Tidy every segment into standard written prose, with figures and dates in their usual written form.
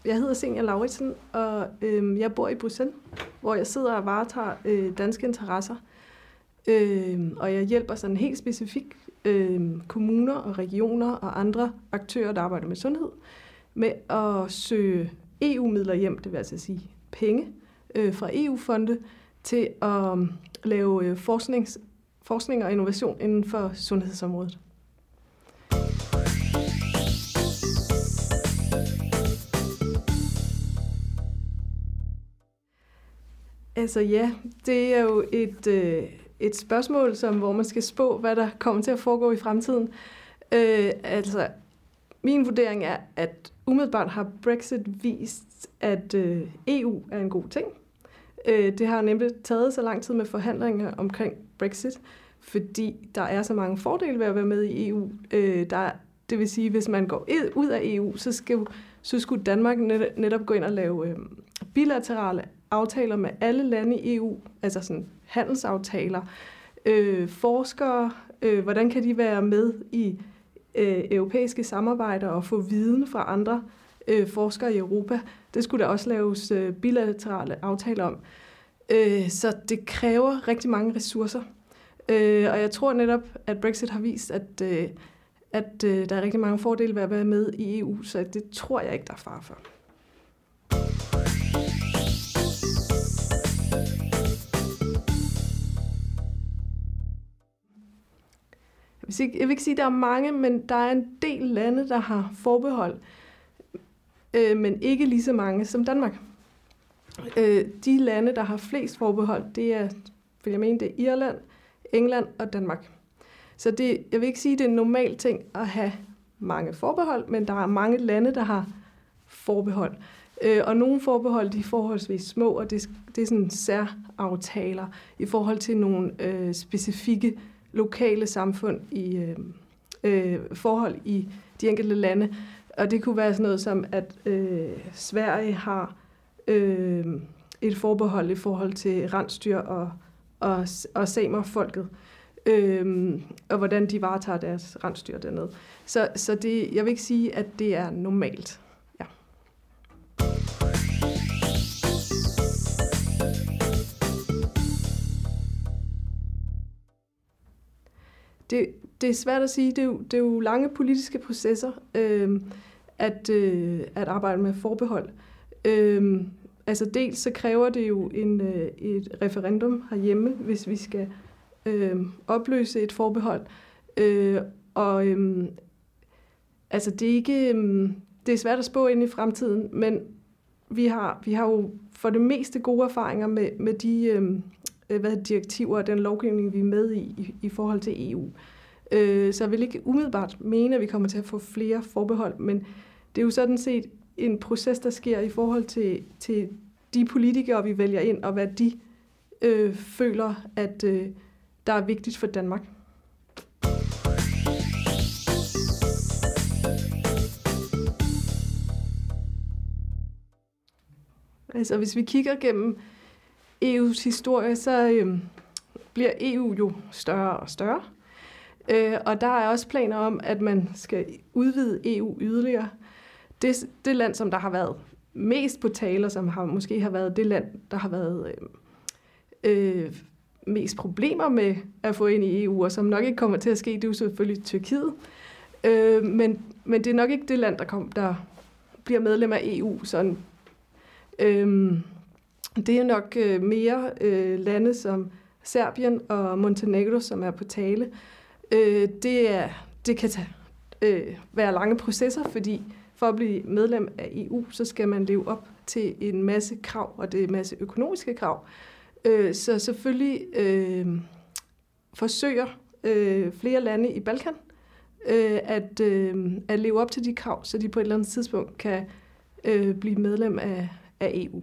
Jeg hedder Senior Lauritsen, og jeg bor i Bruxelles, hvor jeg sidder og varetager danske interesser. Og jeg hjælper sådan helt specifikt kommuner og regioner og andre aktører, der arbejder med sundhed, med at søge EU-midler hjem, det vil altså sige penge fra EU-fonde, til at lave forskning og innovation inden for sundhedsområdet. Altså ja, det er jo et spørgsmål, hvor man skal spå, hvad der kommer til at foregå i fremtiden. Altså, min vurdering er, at umiddelbart har Brexit vist, at EU er en god ting. Det har nemlig taget så lang tid med forhandlinger omkring Brexit, fordi der er så mange fordele ved at være med i EU. Det vil sige, at hvis man går ud af EU, så skulle Danmark netop gå ind og lave bilaterale aftaler med alle lande i EU, altså sådan handelsaftaler, forskere, hvordan kan de være med i europæiske samarbejder og få viden fra andre forskere i Europa. Det skulle der også laves bilaterale aftaler om. Så det kræver rigtig mange ressourcer. Og jeg tror netop, at Brexit har vist, at der er rigtig mange fordele ved at være med i EU, så det tror jeg ikke, der er fare for. Jeg vil ikke sige, at der er mange, men der er en del lande, der har forbehold, men ikke lige så mange som Danmark. De lande, der har flest forbehold, det er Irland, England og Danmark. Så jeg vil ikke sige, at det er en normal ting at have mange forbehold, men der er mange lande, der har forbehold. Og nogle forbehold, de er forholdsvis små, og det er sådan særaftaler i forhold til nogle specifikke lokale samfund i forhold i de enkelte lande. Og det kunne være sådan noget som, at Sverige har et forbehold i forhold til rensdyr og samerfolket, og hvordan de varetager deres rensdyr dernede. Så jeg vil ikke sige, at det er normalt. Ja. Det er svært at sige. Det er jo lange politiske processer at arbejde med forbehold. Altså dels så kræver det jo et referendum herhjemme, hvis vi skal opløse et forbehold. Altså det er ikke det er svært at spå ind i fremtiden, men vi har jo for det meste gode erfaringer med de direktiver og den lovgivning, vi er med i forhold til EU. Så jeg vil ikke umiddelbart mene, at vi kommer til at få flere forbehold, men det er jo sådan set en proces, der sker i forhold til de politikere, vi vælger ind, og hvad de føler, at der er vigtigt for Danmark. Altså hvis vi kigger gennem EU's historie, så bliver EU jo større og større. Og der er også planer om, at man skal udvide EU yderligere. Det land, som der har været mest på tale, som måske har været det land, der har været mest problemer med at få ind i EU, og som nok ikke kommer til at ske, det er jo selvfølgelig Tyrkiet. Men det er nok ikke det land, der bliver medlem af EU. Sådan. Det er nok mere lande som Serbien og Montenegro, som er på tale. Det kan være lange processer, fordi for at blive medlem af EU, så skal man leve op til en masse krav, og det er en masse økonomiske krav. Så selvfølgelig forsøger flere lande i Balkan at leve op til de krav, så de på et eller andet tidspunkt kan blive medlem af EU.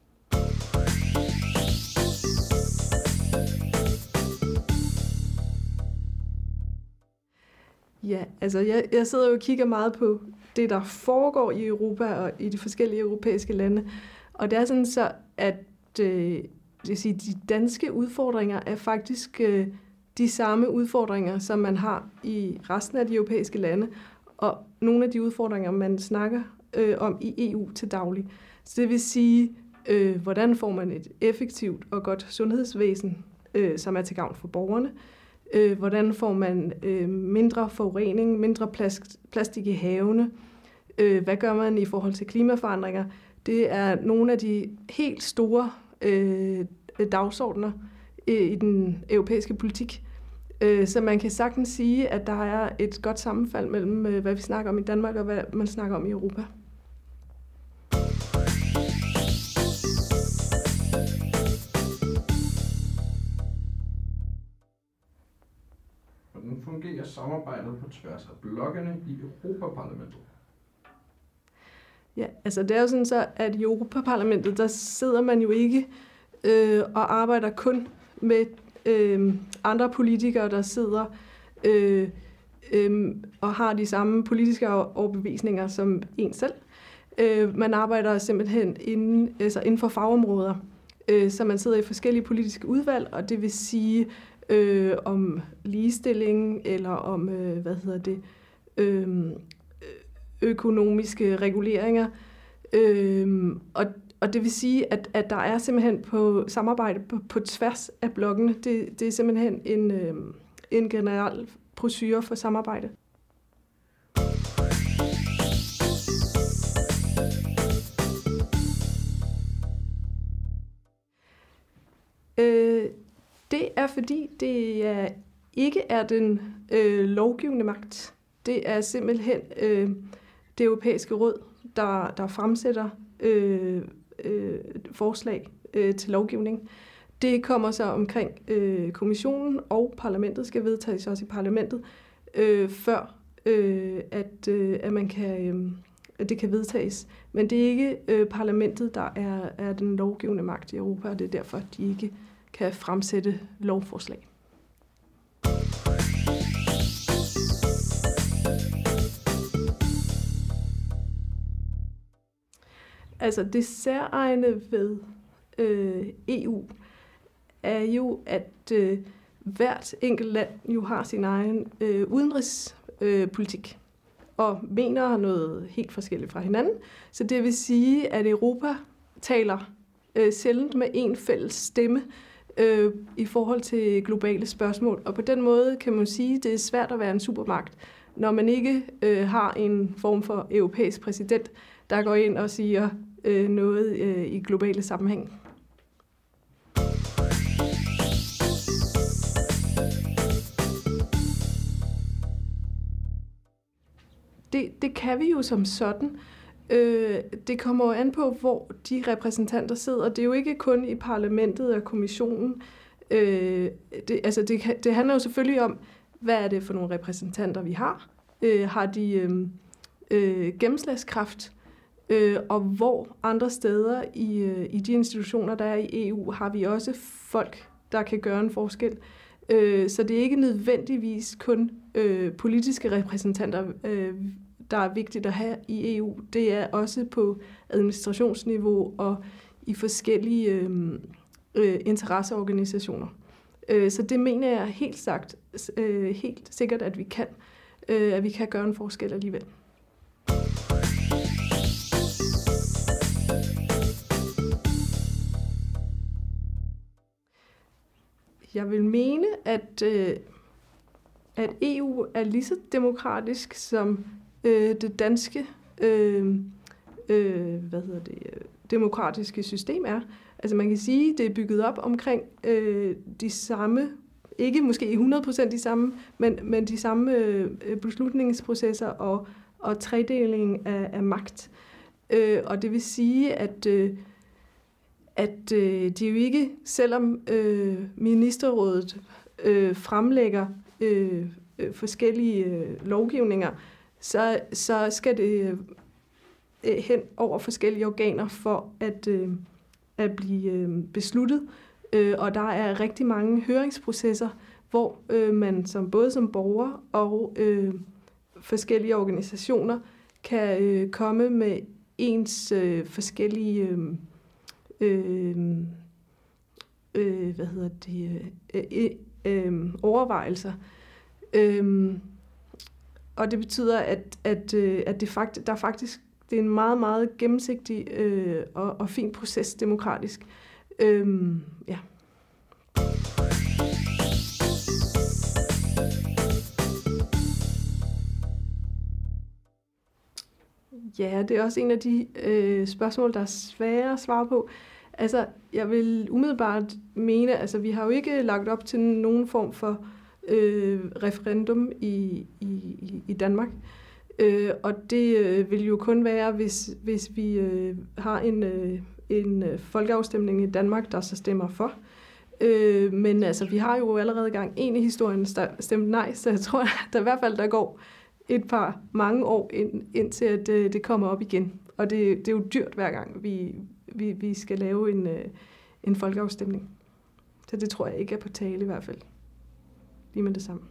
Ja, altså jeg sidder jo og kigger meget på det, der foregår i Europa og i de forskellige europæiske lande. Og det er sådan så, at de danske udfordringer er faktisk de samme udfordringer, som man har i resten af de europæiske lande. Og nogle af de udfordringer, man snakker om i EU til daglig. Så det vil sige, hvordan får man et effektivt og godt sundhedsvæsen, som er til gavn for borgerne? Hvordan får man mindre forurening, mindre plastik i havene? Hvad gør man i forhold til klimaforandringer? Det er nogle af de helt store dagsordner i den europæiske politik. Så man kan sagtens sige, at der er et godt sammenfald mellem, hvad vi snakker om i Danmark og hvad man snakker om i Europa. Hvordan fungerer samarbejdet på tværs af blokkene i Europaparlamentet? Ja, altså det er jo sådan så, at i Europaparlamentet, der sidder man jo ikke og arbejder kun med andre politikere, der sidder og har de samme politiske overbevisninger som en selv. Man arbejder simpelthen inden for fagområder, så man sidder i forskellige politiske udvalg, og det vil sige om ligestilling eller om økonomiske reguleringer. Og det vil sige, at der er simpelthen på samarbejde på tværs af blokkene. Det er simpelthen en generel procedure for samarbejde. Det er fordi, det ikke er den lovgivende magt. Det er simpelthen det europæiske råd, der fremsætter forslag til lovgivning. Det kommer så omkring kommissionen, og parlamentet skal vedtages også i parlamentet, før at man at det kan vedtages. Men det er ikke parlamentet, der er den lovgivende magt i Europa, og det er derfor, de ikke kan fremsætte lovforslag. Altså det særegne ved EU er jo, at hvert enkelt land jo har sin egen udenrigspolitik og mener noget helt forskelligt fra hinanden. Så det vil sige, at Europa taler sjældent med en fælles stemme i forhold til globale spørgsmål. Og på den måde kan man sige, at det er svært at være en supermagt, når man ikke har en form for europæisk præsident, der går ind og siger noget i globale sammenhæng. Det kan vi jo som sådan. Det kommer jo an på, hvor de repræsentanter sidder. Det er jo ikke kun i parlamentet og kommissionen. Det handler jo selvfølgelig om, hvad er det for nogle repræsentanter, vi har. Har de gennemslagskraft? Og hvor andre steder i de institutioner, der er i EU, har vi også folk, der kan gøre en forskel. Så det er ikke nødvendigvis kun politiske repræsentanter, der er vigtigt at have i EU. Det er også på administrationsniveau og i forskellige interesseorganisationer. Så det mener jeg helt sikkert, at vi kan gøre en forskel alligevel. Jeg vil mene, at EU er lige så demokratisk som det danske demokratiske system er. Altså man kan sige, at det er bygget op omkring de samme, ikke måske 100% de samme, men de samme beslutningsprocesser og tredeling af magt. Og det vil sige, at de jo ikke, selvom ministerrådet fremlægger forskellige lovgivninger, så skal det hen over forskellige organer for at blive besluttet. Og der er rigtig mange høringsprocesser, hvor man både som borger og forskellige organisationer kan komme med ens forskellige overvejelser. Og det betyder, at der faktisk Det er en meget, meget gennemsigtig og fin proces demokratisk. Ja. Ja, det er også en af de spørgsmål, der er svære at svare på. Altså, jeg vil umiddelbart mene, altså vi har jo ikke lagt op til nogen form for referendum i Danmark. Og det vil jo kun være, hvis vi har en folkeafstemning i Danmark, der så stemmer for. Men altså, vi har jo allerede gang en i historien stemt nej, så jeg tror, der i hvert fald der går mange år indtil at det kommer op igen. Og det er jo dyrt hver gang, vi skal lave en folkeafstemning. Så det tror jeg ikke er på tale i hvert fald. Lige med det samme.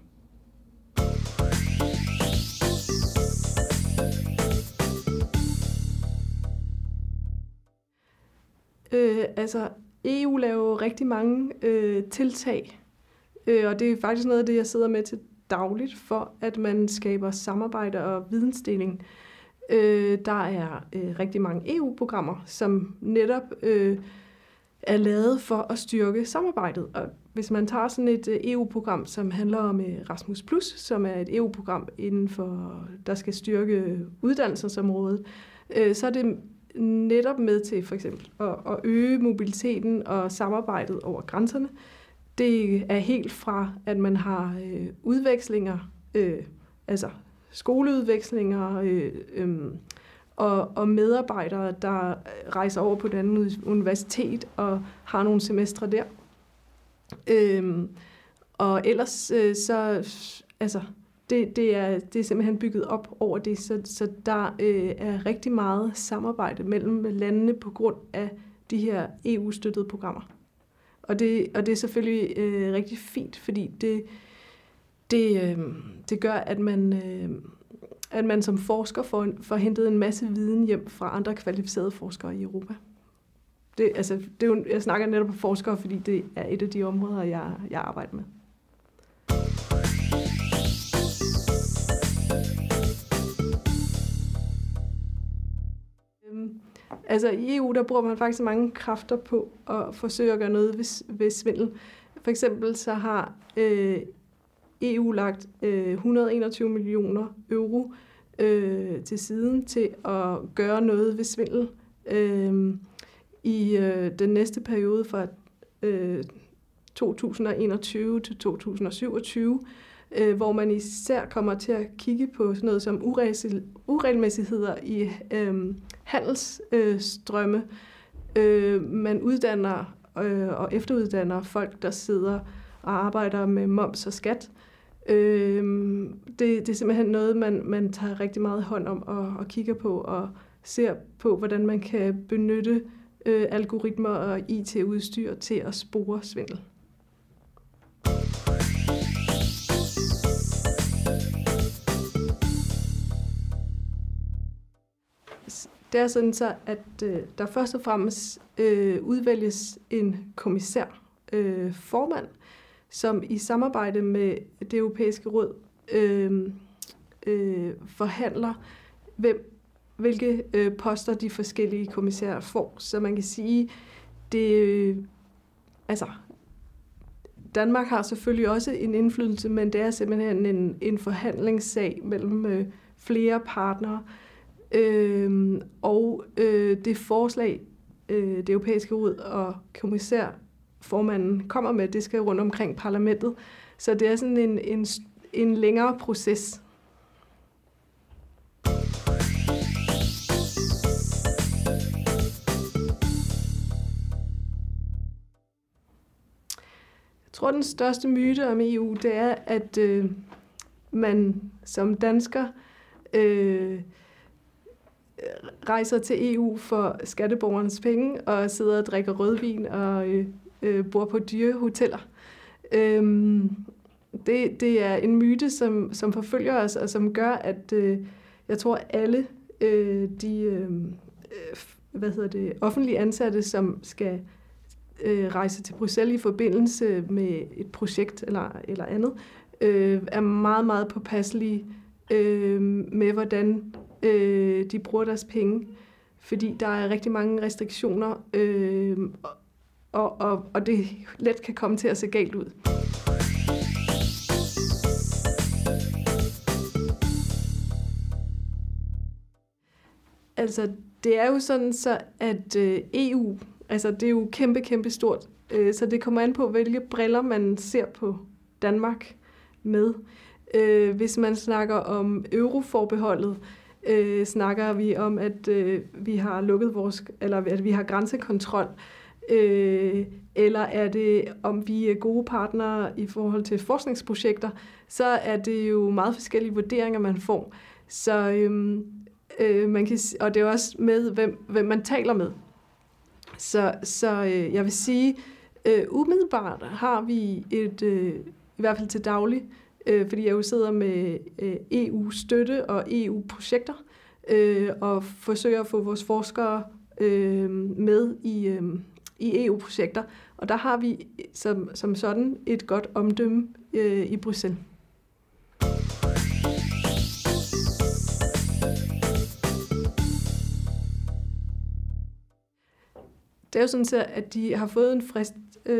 Altså, EU laver rigtig mange tiltag, og det er faktisk noget af det, jeg sidder med til dagligt, for at man skaber samarbejde og vidensdeling. Der er rigtig mange EU-programmer, som netop er lavet for at styrke samarbejdet. Og hvis man tager sådan et EU-program, som handler om Erasmus+, som er et EU-program der skal styrke uddannelsesområdet, så er det netop med til for eksempel at øge mobiliteten og samarbejdet over grænserne. Det er helt fra, at man har udvekslinger, altså skoleudvekslinger og medarbejdere, der rejser over på et andet universitet og har nogle semestre der. Og ellers så, altså, det er simpelthen bygget op over det, så der er rigtig meget samarbejde mellem landene på grund af de her EU-støttede programmer. Og det er selvfølgelig rigtig fint, fordi det gør, at man som forsker får hentet en masse viden hjem fra andre kvalificerede forskere i Europa. Jeg snakker netop om forskere, fordi det er et af de områder, jeg arbejder med. Altså i EU, der bruger man faktisk mange kræfter på at forsøge at gøre noget ved svindel. For eksempel så har EU lagt 121 millioner euro til siden til at gøre noget ved svindel i den næste periode fra 2021 til 2027, hvor man især kommer til at kigge på sådan noget som uregelmæssigheder i handelsstrømme. Man uddanner og efteruddanner folk, der sidder og arbejder med moms og skat. Det er simpelthen noget, man tager rigtig meget hånd om og kigger på og ser på, hvordan man kan benytte algoritmer og IT-udstyr til at spore svindel. Det er sådan så, at der først og fremmest udvælges en kommissær, formand, som i samarbejde med det europæiske råd forhandler, hvilke poster de forskellige kommissærer får. Så man kan sige, Danmark har selvfølgelig også en indflydelse, men det er simpelthen en forhandlingssag mellem flere partnere. Det forslag, det europæiske råd og kommissærformanden kommer med, det skal rundt omkring parlamentet. Så det er sådan en længere proces. Jeg tror, den største myte om EU, det er, at man som dansker rejser til EU for skatteborgernes penge og sidder og drikker rødvin og bor på dyre hoteller. Det er en myte, som forfølger os, og som gør, at jeg tror, alle offentlige ansatte, som skal rejse til Bruxelles i forbindelse med et projekt eller andet, er meget, meget påpasselige med, hvordan de bruger deres penge, fordi der er rigtig mange restriktioner, og det let kan komme til at se galt ud. Altså, det er jo sådan så, at EU, altså det er jo kæmpe stort, så det kommer an på, hvilke briller man ser på Danmark med. Hvis man snakker om euroforbeholdet, snakker vi om, at vi har lukket eller at vi har grænsekontrol, eller er det, om vi er gode partnere i forhold til forskningsprojekter, så er det jo meget forskellige vurderinger, man får. Så man kan, og det er også med, hvem man taler med. Så jeg vil sige, umiddelbart har vi i hvert fald til daglig, fordi jeg jo sidder med EU-støtte og EU-projekter, og forsøger at få vores forskere med i EU-projekter. Og der har vi som sådan et godt omdømme i Bruxelles. Det er jo sådan, at de har fået en frist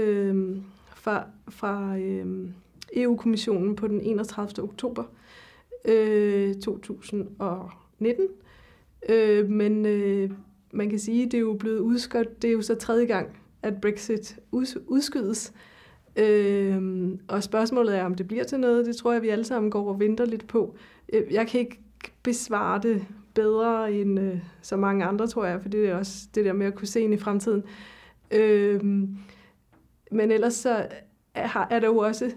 fra EU-kommissionen på den 31. oktober 2019. Men man kan sige, at det er jo blevet udskudt. Det er jo så tredje gang, at Brexit udskydes. Og spørgsmålet er, om det bliver til noget. Det tror jeg, vi alle sammen går og venter lidt på. Jeg kan ikke besvare det bedre end så mange andre, tror jeg, for det er også det der med at kunne se ind i fremtiden. Men ellers så er der jo også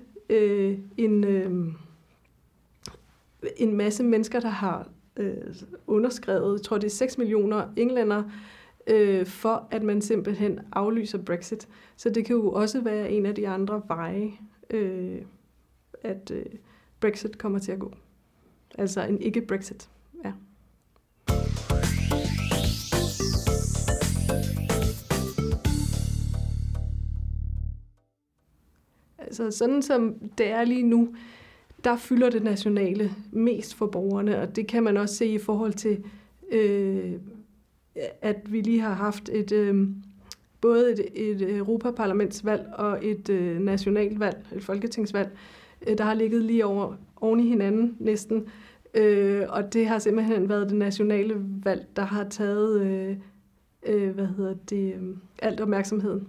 en masse mennesker, der har underskrevet, jeg tror det er 6 millioner englænder, for at man simpelthen aflyser Brexit. Så det kan jo også være en af de andre veje, at Brexit kommer til at gå. Altså en ikke-Brexit, ja. Altså sådan som det er lige nu, der fylder det nationale mest for borgerne, og det kan man også se i forhold til, at vi lige har haft både et europaparlamentsvalg og et nationalt valg, et folketingsvalg, der har ligget lige oven i hinanden næsten, og det har simpelthen været det nationale valg, der har taget alt opmærksomheden.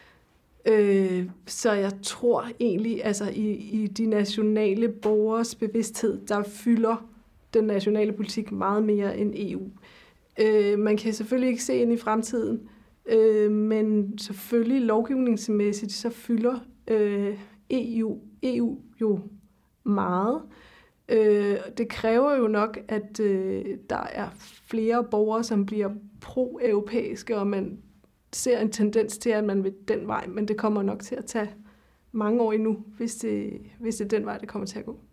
Så jeg tror egentlig, altså i de nationale borgers bevidsthed, der fylder den nationale politik meget mere end EU. Man kan selvfølgelig ikke se ind i fremtiden, men selvfølgelig lovgivningsmæssigt, så fylder EU jo meget. Det kræver jo nok, at der er flere borgere, som bliver pro-europæiske, og man ser en tendens til, at man vil den vej, men det kommer nok til at tage mange år endnu, hvis det er den vej, det kommer til at gå.